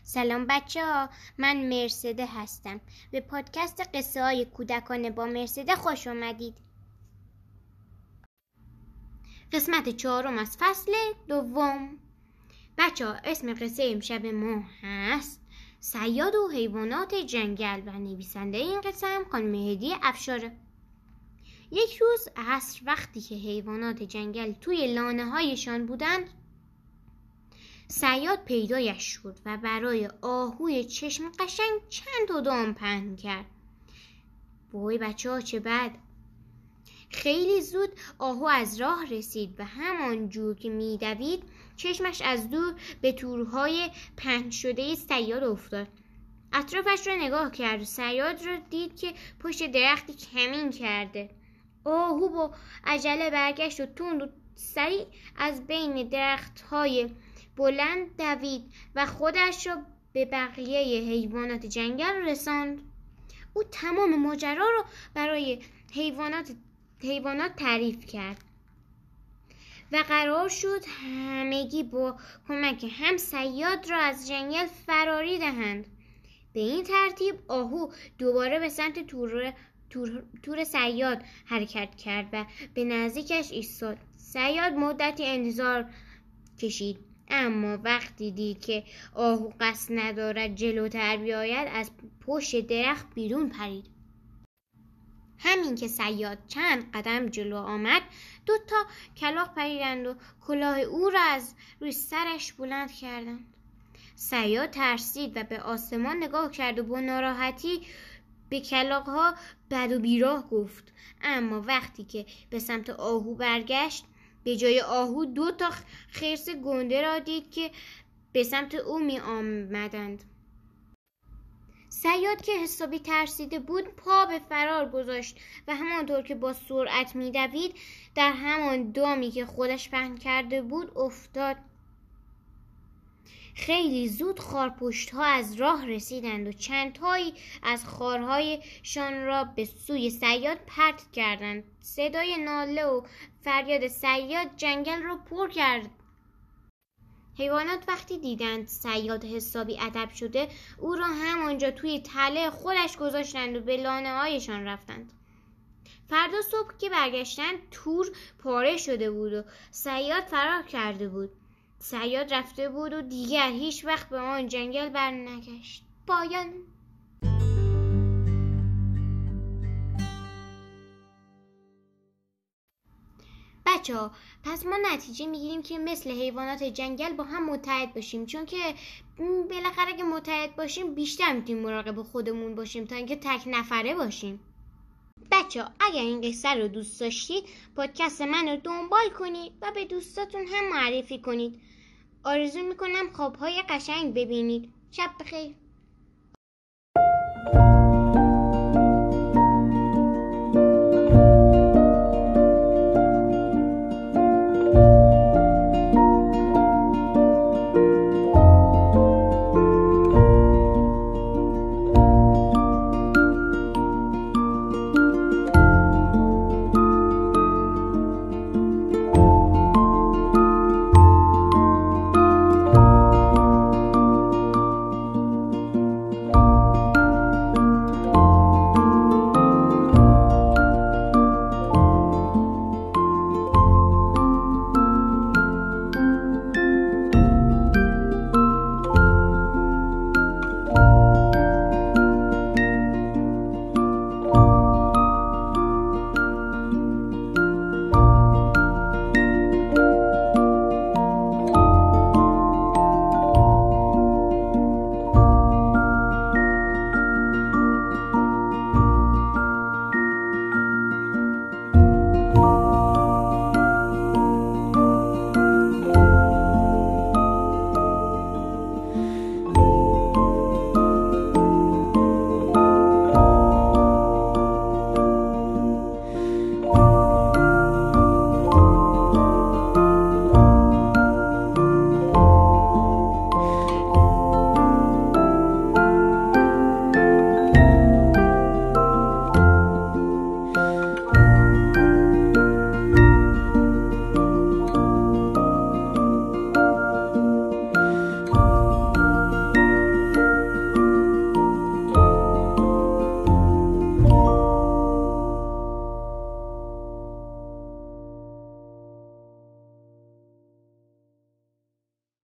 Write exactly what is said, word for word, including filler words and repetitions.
سلام بچه ها، من مرسده هستم. به پادکست قصه های کودکانه با مرسده خوش آمدید. قسمت چهارم از فصل دوم. بچه ها، اسم قصه امشب ما هست صیاد و حیوانات جنگل و نویسنده این قصه هم خانم هدیه افشاره. یک روز عصر وقتی که حیوانات جنگل توی لانه هایشان بودند، صیاد پیدایش شد و برای آهوی چشم قشنگ چند تا دام پهن کرد. وای بچه ها چه بد! خیلی زود آهو از راه رسید و همان جور که میدوید چشمش از دور به تورهای پهن شده صیاد افتاد. اطرافش را نگاه کرد و صیاد را دید که پشت درختی کمین کرده. آهو با عجله برگشت و تند و سریع از بین درختهای بلند دوید و خودش را به بقیه حیوانات جنگل رساند. او تمام ماجرا را برای حیوانات حیوانات تعریف کرد و قرار شد همگی با کمک هم صیاد را از جنگل فراری دهند. به این ترتیب آهو دوباره به سمت تور تور, تور صیاد حرکت کرد و به نزدیکش ایستاد. صیاد مدتی انتظار کشید، اما وقتی دید که آهو قصد ندارد جلوتر بیاید از پشت درخت بیرون پرید. همین که صیاد چند قدم جلو آمد، دو تا کلاغ پریدند و کلاه او را از روی سرش بلند کردند. صیاد ترسید و به آسمان نگاه کرد و با ناراحتی به کلاغ‌ها بد و بیراه گفت. اما وقتی که به سمت آهو برگشت، به جای آهو دو تا خرس گنده را دید که به سمت او می آمدند. صیاد که حسابی ترسیده بود پا به فرار گذاشت و همانطور که با سرعت می دوید در همان دامی که خودش پهن کرده بود افتاد. خیلی زود خارپشت ها از راه رسیدند و چند تایی از خارهایشان را به سوی صیاد پرت کردند. صدای ناله و فریاد صیاد جنگل را پر کرد. حیوانات وقتی دیدند صیاد حسابی ادب شده، او را همانجا توی تله خودش گذاشتند و به لانه هایشان رفتند. فردا صبح که برگشتند، تور پاره شده بود و صیاد فرار کرده بود. صیاد رفته بود و دیگر هیچ وقت به آن جنگل برنگشت. پایان. بچه ها، پس ما نتیجه میگیریم که مثل حیوانات جنگل با هم متحد باشیم، چون که بالاخره که متحد باشیم بیشتر میتونیم مراقب خودمون باشیم تا اینکه تک نفره باشیم. بچه ها، اگر این قصه رو دوست داشتید پادکست من رو دنبال کنید و به دوستاتون هم معرفی کنید. آرزو میکنم خوابهای قشنگ ببینید. شب بخیر.